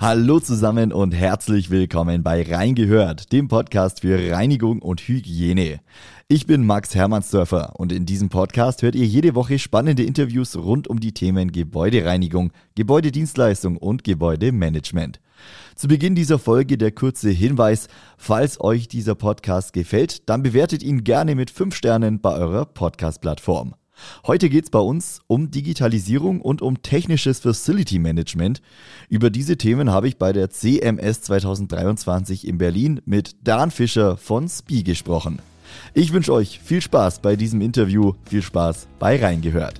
Hallo zusammen und herzlich willkommen bei Reingehört, dem Podcast für Reinigung und Hygiene. Ich bin Max Hermannsdörfer und in diesem Podcast hört ihr jede Woche spannende Interviews rund um die Themen Gebäudereinigung, Gebäudedienstleistung und Gebäudemanagement. Zu Beginn dieser Folge der kurze Hinweis: Falls euch dieser Podcast gefällt, dann bewertet ihn gerne mit 5 Sternen bei eurer Podcast-Plattform. Heute geht es bei uns um Digitalisierung und um technisches Facility Management. Über diese Themen habe ich bei der CMS 2023 in Berlin mit Dan Fischer von SPIE gesprochen. Ich wünsche euch viel Spaß bei diesem Interview, viel Spaß bei Reingehört.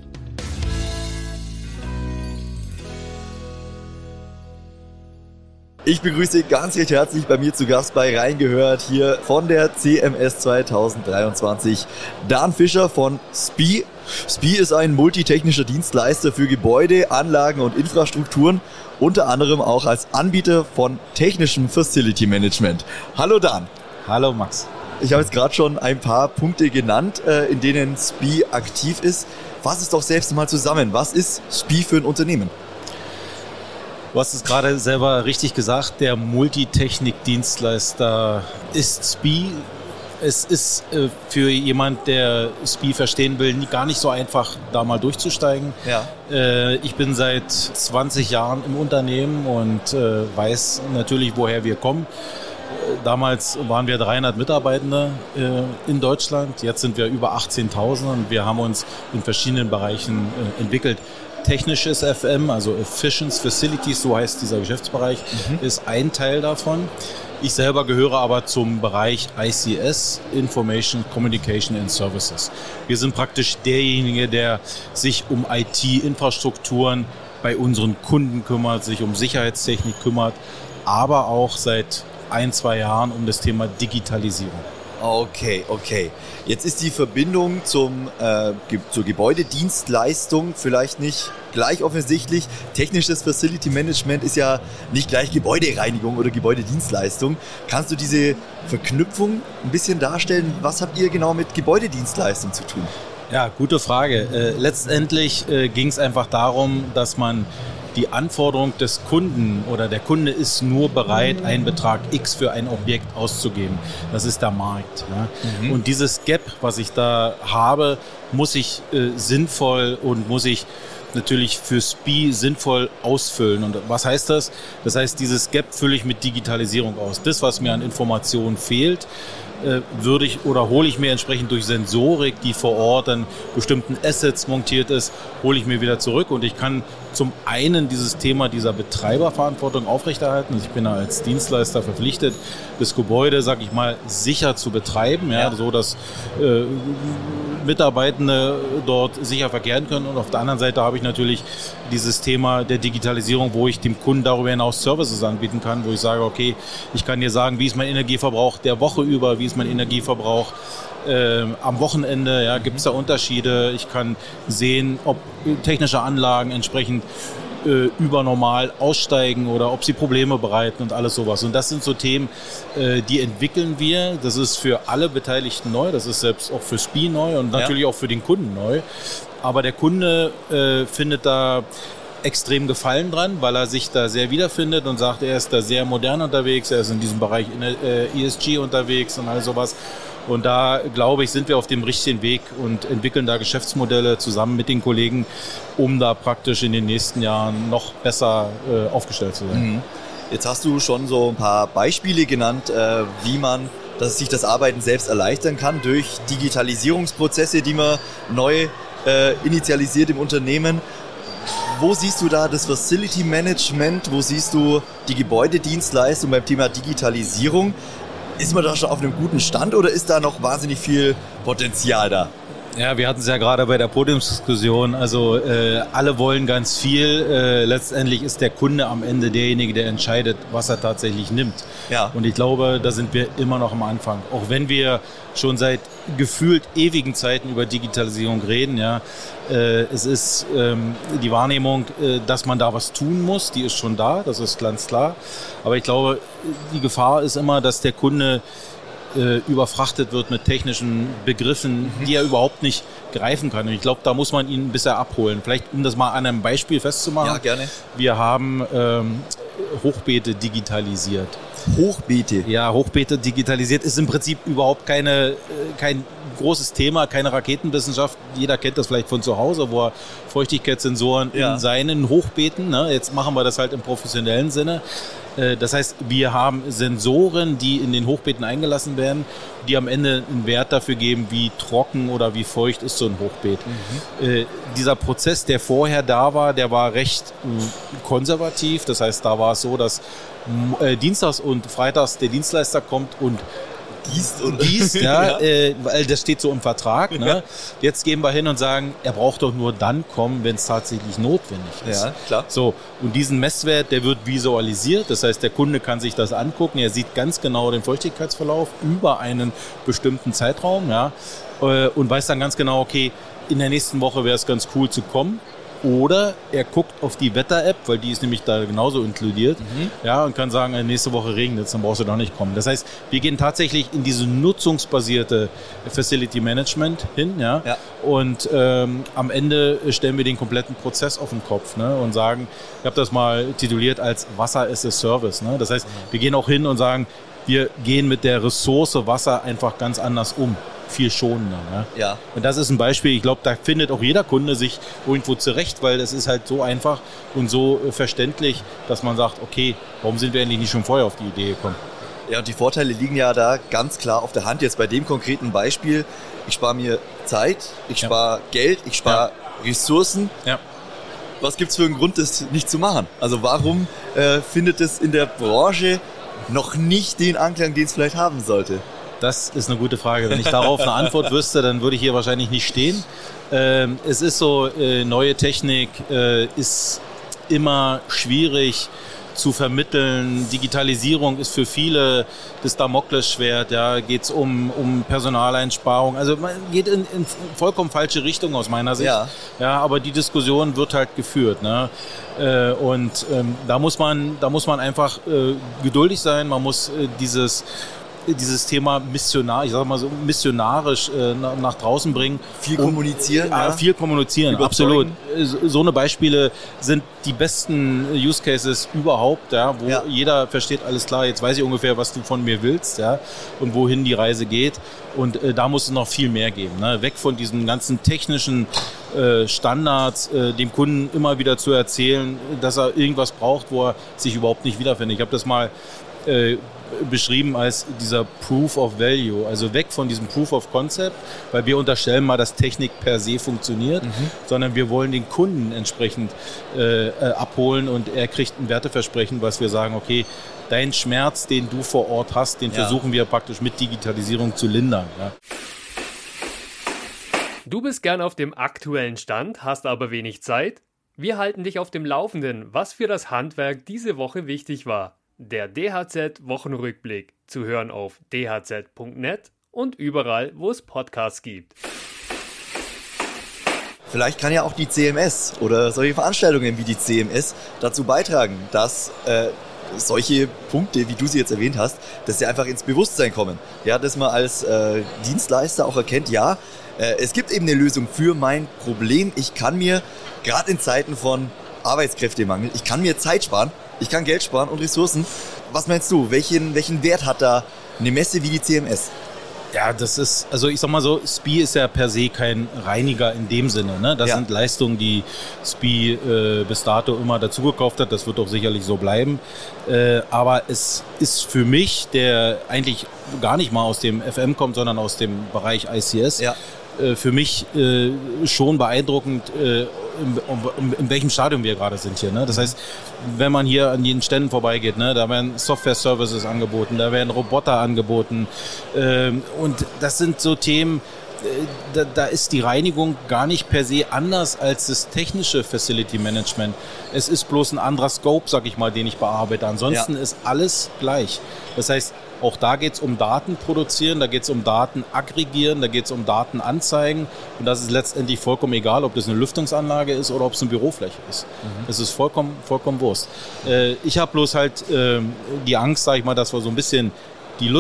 Ich begrüße ganz recht herzlich bei mir zu Gast bei Reingehört hier von der CMS 2023 Dan Fischer von SPIE. SPIE ist ein multitechnischer Dienstleister für Gebäude, Anlagen und Infrastrukturen, unter anderem auch als Anbieter von technischem Facility Management. Hallo Dan. Hallo Max. Ich habe jetzt gerade schon ein paar Punkte genannt, in denen SPIE aktiv ist. Fass es doch selbst mal zusammen. Was ist SPIE für ein Unternehmen? Du hast es gerade selber richtig gesagt, der Multitechnik-Dienstleister ist SPIE. Es ist für jemand, der SPIE verstehen will, gar nicht so einfach, da mal durchzusteigen. Ja. Ich bin seit 20 Jahren im Unternehmen und weiß natürlich, woher wir kommen. Damals waren wir 300 Mitarbeitende in Deutschland, jetzt sind wir über 18.000 und wir haben uns in verschiedenen Bereichen entwickelt. Technisches FM, also Efficient Facilities, so heißt dieser Geschäftsbereich, ist ein Teil davon. Ich selber gehöre aber zum Bereich ICS, Information, Communication and Services. Wir sind praktisch derjenige, der sich um IT-Infrastrukturen bei unseren Kunden kümmert, sich um Sicherheitstechnik kümmert, aber auch seit 1-2 Jahren um das Thema Digitalisierung. Okay. Jetzt ist die Verbindung zur Gebäudedienstleistung vielleicht nicht gleich offensichtlich. Technisches Facility Management ist ja nicht gleich Gebäudereinigung oder Gebäudedienstleistung. Kannst du diese Verknüpfung ein bisschen darstellen? Was habt ihr genau mit Gebäudedienstleistung zu tun? Ja, gute Frage. Letztendlich ging es einfach darum, dass man die Anforderung des Kunden oder der Kunde ist nur bereit, einen Betrag X für ein Objekt auszugeben. Das ist der Markt. Ja? Und dieses Gap, was ich da habe, muss ich sinnvoll und muss ich natürlich für SPIE sinnvoll ausfüllen. Und was heißt das? Das heißt, dieses Gap fülle ich mit Digitalisierung aus. Das, was mir an Informationen fehlt, hole ich mir entsprechend durch Sensorik, die vor Ort an bestimmten Assets montiert ist, hole ich mir wieder zurück und ich kann zum einen dieses Thema dieser Betreiberverantwortung aufrechterhalten. Ich bin als Dienstleister verpflichtet, das Gebäude, sag ich mal, sicher zu betreiben, so dass Mitarbeitende dort sicher verkehren können. Und auf der anderen Seite habe ich natürlich dieses Thema der Digitalisierung, wo ich dem Kunden darüber hinaus Services anbieten kann, wo ich sage, okay, ich kann dir sagen, wie ist mein Energieverbrauch der Woche über, wie ist mein Energieverbrauch am Wochenende, gibt es da Unterschiede. Ich kann sehen, ob technische Anlagen entsprechend übernormal aussteigen oder ob sie Probleme bereiten und alles sowas. Und das sind so Themen, die entwickeln wir. Das ist für alle Beteiligten neu, das ist selbst auch für SPIE neu und natürlich auch für den Kunden neu. Aber der Kunde findet da extrem Gefallen dran, weil er sich da sehr wiederfindet und sagt, er ist da sehr modern unterwegs, er ist in diesem Bereich ESG unterwegs und all sowas. Und da, glaube ich, sind wir auf dem richtigen Weg und entwickeln da Geschäftsmodelle zusammen mit den Kollegen, um da praktisch in den nächsten Jahren noch besser aufgestellt zu sein. Jetzt hast du schon so ein paar Beispiele genannt, dass sich das Arbeiten selbst erleichtern kann durch Digitalisierungsprozesse, die man neu initialisiert im Unternehmen. Wo siehst du da das Facility Management? Wo siehst du die Gebäudedienstleistung beim Thema Digitalisierung? Ist man da schon auf einem guten Stand oder ist da noch wahnsinnig viel Potenzial da? Ja, wir hatten es ja gerade bei der Podiumsdiskussion, also alle wollen ganz viel. Letztendlich ist der Kunde am Ende derjenige, der entscheidet, was er tatsächlich nimmt. Ja. Und ich glaube, da sind wir immer noch am Anfang. Auch wenn wir schon seit gefühlt ewigen Zeiten über Digitalisierung reden, es ist die Wahrnehmung, dass man da was tun muss, die ist schon da, das ist ganz klar. Aber ich glaube, die Gefahr ist immer, dass der Kunde überfrachtet wird mit technischen Begriffen, die er überhaupt nicht greifen kann. Und ich glaube, da muss man ihn bisher abholen. Vielleicht, um das mal an einem Beispiel festzumachen. Ja, gerne. Wir haben Hochbeete digitalisiert. Hochbeete? Ja, Hochbeete digitalisiert ist im Prinzip überhaupt kein großes Thema, keine Raketenwissenschaft. Jeder kennt das vielleicht von zu Hause, wo er Feuchtigkeitssensoren in seinen Hochbeeten, ne? Jetzt machen wir das halt im professionellen Sinne. Das heißt, wir haben Sensoren, die in den Hochbeeten eingelassen werden, die am Ende einen Wert dafür geben, wie trocken oder wie feucht ist so ein Hochbeet. Dieser Prozess, der vorher da war, der war recht konservativ. Das heißt, da war es so, dass dienstags und freitags der Dienstleister kommt und gießt, weil das steht so im Vertrag. Ne? Jetzt gehen wir hin und sagen, er braucht doch nur dann kommen, wenn es tatsächlich notwendig ist. Ja, klar. So, und diesen Messwert, der wird visualisiert. Das heißt, der Kunde kann sich das angucken. Er sieht ganz genau den Feuchtigkeitsverlauf über einen bestimmten Zeitraum, und weiß dann ganz genau, okay, in der nächsten Woche wäre es ganz cool zu kommen. Oder er guckt auf die Wetter-App, weil die ist nämlich da genauso inkludiert, und kann sagen, nächste Woche regnet es, dann brauchst du doch nicht kommen. Das heißt, wir gehen tatsächlich in diese nutzungsbasierte Facility Management hin, und am Ende stellen wir den kompletten Prozess auf den Kopf, und sagen, ich habe das mal tituliert als Wasser as a Service. Ne? Das heißt, wir gehen auch hin und sagen, wir gehen mit der Ressource Wasser einfach ganz anders um. Viel schonender. Ne? Ja. Und das ist ein Beispiel, ich glaube, da findet auch jeder Kunde sich irgendwo zurecht, weil das ist halt so einfach und so verständlich, dass man sagt, okay, warum sind wir eigentlich nicht schon vorher auf die Idee gekommen? Ja, und die Vorteile liegen ja da ganz klar auf der Hand. Jetzt bei dem konkreten Beispiel, ich spare mir Zeit, ich spare Geld, ich spare Ressourcen. Ja. Was gibt es für einen Grund, das nicht zu machen? Also warum findet es in der Branche noch nicht den Anklang, den es vielleicht haben sollte? Das ist eine gute Frage. Wenn ich darauf eine Antwort wüsste, dann würde ich hier wahrscheinlich nicht stehen. Es ist so, neue Technik ist immer schwierig zu vermitteln. Digitalisierung ist für viele das Damoklesschwert. Ja, geht es um Personaleinsparung. Also man geht in vollkommen falsche Richtung aus meiner Sicht. Ja, aber die Diskussion wird halt geführt. Ne? Und da muss man einfach geduldig sein. Man muss dieses Thema missionarisch nach draußen bringen. Viel kommunizieren. Viel kommunizieren, absolut. So eine Beispiele sind die besten Use Cases überhaupt, wo jeder versteht, alles klar, jetzt weiß ich ungefähr, was du von mir willst, und wohin die Reise geht. Und da muss es noch viel mehr geben. Ne? Weg von diesen ganzen technischen Standards, dem Kunden immer wieder zu erzählen, dass er irgendwas braucht, wo er sich überhaupt nicht wiederfindet. Ich habe das mal beschrieben als dieser Proof of Value, also weg von diesem Proof of Concept, weil wir unterstellen mal, dass Technik per se funktioniert, sondern wir wollen den Kunden entsprechend abholen und er kriegt ein Werteversprechen, was wir sagen, okay, dein Schmerz, den du vor Ort hast, den versuchen wir praktisch mit Digitalisierung zu lindern. Ja. Du bist gern auf dem aktuellen Stand, hast aber wenig Zeit? Wir halten dich auf dem Laufenden, was für das Handwerk diese Woche wichtig war. Der DHZ-Wochenrückblick, zu hören auf dhz.net und überall, wo es Podcasts gibt. Vielleicht kann ja auch die CMS oder solche Veranstaltungen wie die CMS dazu beitragen, dass solche Punkte, wie du sie jetzt erwähnt hast, dass sie einfach ins Bewusstsein kommen. Ja, dass man als Dienstleister auch erkennt, es gibt eben eine Lösung für mein Problem. Ich kann mir, gerade in Zeiten von Arbeitskräftemangel, ich kann mir Zeit sparen, ich kann Geld sparen und Ressourcen. Was meinst du, welchen Wert hat da eine Messe wie die CMS? Ja, das ist, also ich sag mal so, SPIE ist ja per se kein Reiniger in dem Sinne. Ne? Das sind Leistungen, die SPIE bis dato immer dazugekauft hat. Das wird auch sicherlich so bleiben. Aber es ist für mich, der eigentlich gar nicht mal aus dem FM kommt, sondern aus dem Bereich ICS, für mich schon beeindruckend, in welchem Stadium wir gerade sind hier. Ne? Das heißt, wenn man hier an den Ständen vorbeigeht, ne, da werden Software-Services angeboten, da werden Roboter angeboten. Und das sind so Themen, da ist die Reinigung gar nicht per se anders als das technische Facility Management. Es ist bloß ein anderer Scope, sag ich mal, den ich bearbeite. Ansonsten ist alles gleich. Das heißt, auch da geht es um Daten produzieren, da geht es um Daten aggregieren, da geht es um Daten anzeigen. Und das ist letztendlich vollkommen egal, ob das eine Lüftungsanlage ist oder ob es eine Bürofläche ist. Das ist vollkommen Wurst. Ich habe bloß halt die Angst, sag ich mal, dass wir so ein bisschen die Lust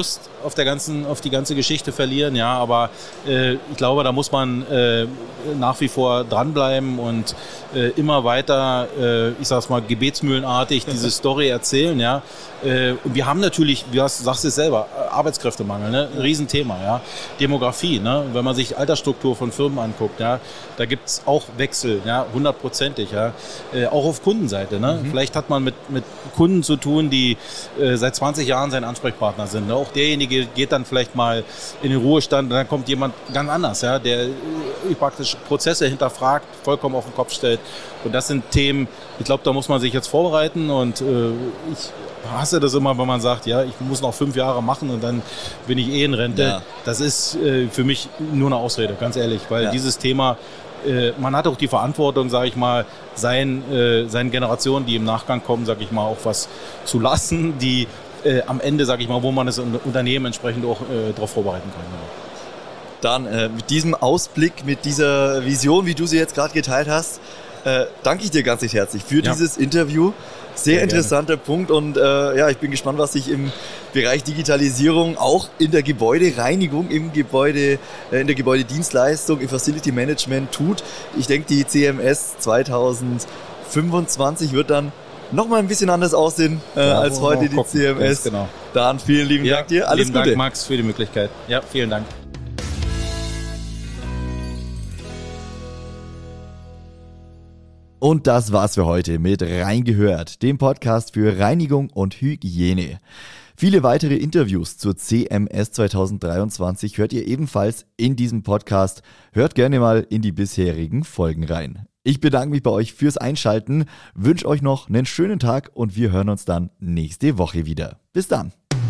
auf die ganze Geschichte verlieren, ja, aber ich glaube, da muss man nach wie vor dranbleiben und immer weiter, ich sag's mal, gebetsmühlenartig diese Story erzählen, ja. Und wir haben natürlich, du sagst es selber, Arbeitskräftemangel, ne? Ein Riesenthema, ja. Demografie, ne? Wenn man sich Altersstruktur von Firmen anguckt, ja, da gibt's auch Wechsel, ja, 100%, ja. Auch auf Kundenseite, ne? Vielleicht hat man mit Kunden zu tun, die seit 20 Jahren sein Ansprechpartner sind, ne? Auch derjenige geht dann vielleicht mal in den Ruhestand und dann kommt jemand ganz anders, ja, der praktisch Prozesse hinterfragt, vollkommen auf den Kopf stellt. Und das sind Themen, ich glaube, da muss man sich jetzt vorbereiten und ich hasse das immer, wenn man sagt, ja, ich muss noch 5 Jahre machen und dann bin ich in Rente. Ja. Das ist für mich nur eine Ausrede, ganz ehrlich, weil dieses Thema, man hat auch die Verantwortung, sage ich mal, seinen Generationen, die im Nachgang kommen, sage ich mal, auch was zu lassen, die am Ende, sage ich mal, wo man das Unternehmen entsprechend auch darauf vorbereiten kann. Dann mit diesem Ausblick, mit dieser Vision, wie du sie jetzt gerade geteilt hast, danke ich dir ganz herzlich für dieses Interview. Sehr interessanter Punkt und ich bin gespannt, was sich im Bereich Digitalisierung auch in der Gebäudereinigung, in der Gebäudedienstleistung, im Facility Management tut. Ich denke, die CMS 2025 wird dann nochmal ein bisschen anders aussehen als heute die CMS. Genau. Dan, vielen lieben Dank dir. Alles Gute. Dank, Max, für die Möglichkeit. Ja, vielen Dank. Und das war's für heute mit Reingehört, dem Podcast für Reinigung und Hygiene. Viele weitere Interviews zur CMS 2023 hört ihr ebenfalls in diesem Podcast. Hört gerne mal in die bisherigen Folgen rein. Ich bedanke mich bei euch fürs Einschalten, wünsche euch noch einen schönen Tag und wir hören uns dann nächste Woche wieder. Bis dann.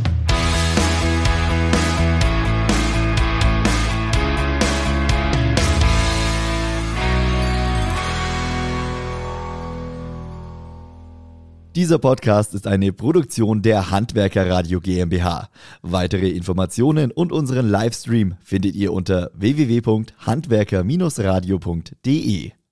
Dieser Podcast ist eine Produktion der Handwerker Radio GmbH. Weitere Informationen und unseren Livestream findet ihr unter www.handwerker-radio.de.